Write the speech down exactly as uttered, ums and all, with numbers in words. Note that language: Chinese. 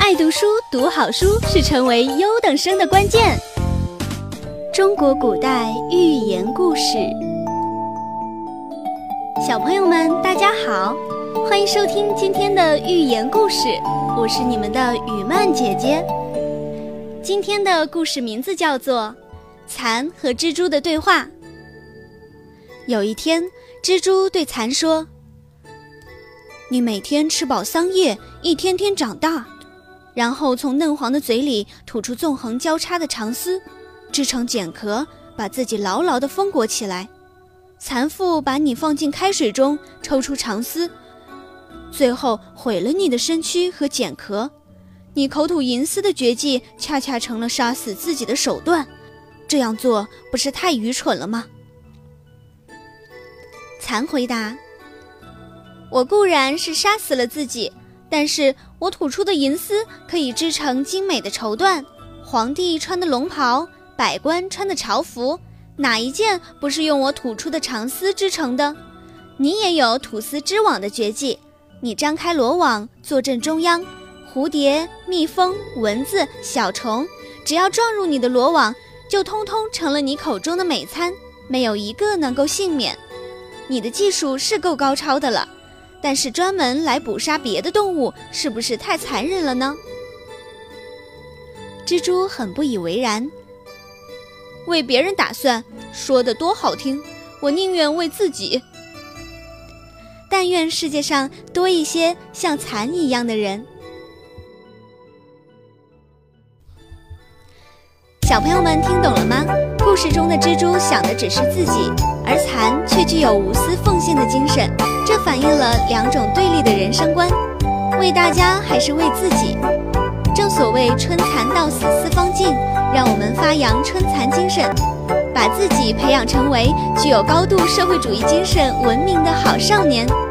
爱读书，读好书是成为优等生的关键。中国古代寓言故事，小朋友们大家好，欢迎收听今天的寓言故事，我是你们的雨曼姐姐。今天的故事名字叫做蚕和蜘蛛的对话。有一天，蜘蛛对蚕说：你每天吃饱桑叶，一天天长大，然后从嫩黄的嘴里吐出纵横交叉的长丝，织成茧壳，把自己牢牢地封裹起来。蚕妇把你放进开水中，抽出长丝，最后毁了你的身躯和茧壳。你口吐银丝的绝技，恰恰成了杀死自己的手段。这样做不是太愚蠢了吗？蚕回答：我固然是杀死了自己，但是我吐出的银丝可以织成精美的绸缎，皇帝穿的龙袍，百官穿的朝服，哪一件不是用我吐出的长丝织成的？你也有吐丝织网的绝技，你张开罗网，坐镇中央，蝴蝶、蜜蜂、蚊子、小虫，只要撞入你的罗网，就通通成了你口中的美餐，没有一个能够幸免。你的技术是够高超的了，但是专门来捕杀别的动物，是不是太残忍了呢？蜘蛛很不以为然。为别人打算，说得多好听，我宁愿为自己。但愿世界上多一些像蚕一样的人。小朋友们听懂了吗？故事中的蜘蛛想的只是自己，而蚕却具有无私奉献的精神，这反映了两种对立的人生观：为大家还是为自己？正所谓春蚕到死丝方尽，让我们发扬春蚕精神，把自己培养成为具有高度社会主义精神文明的好少年。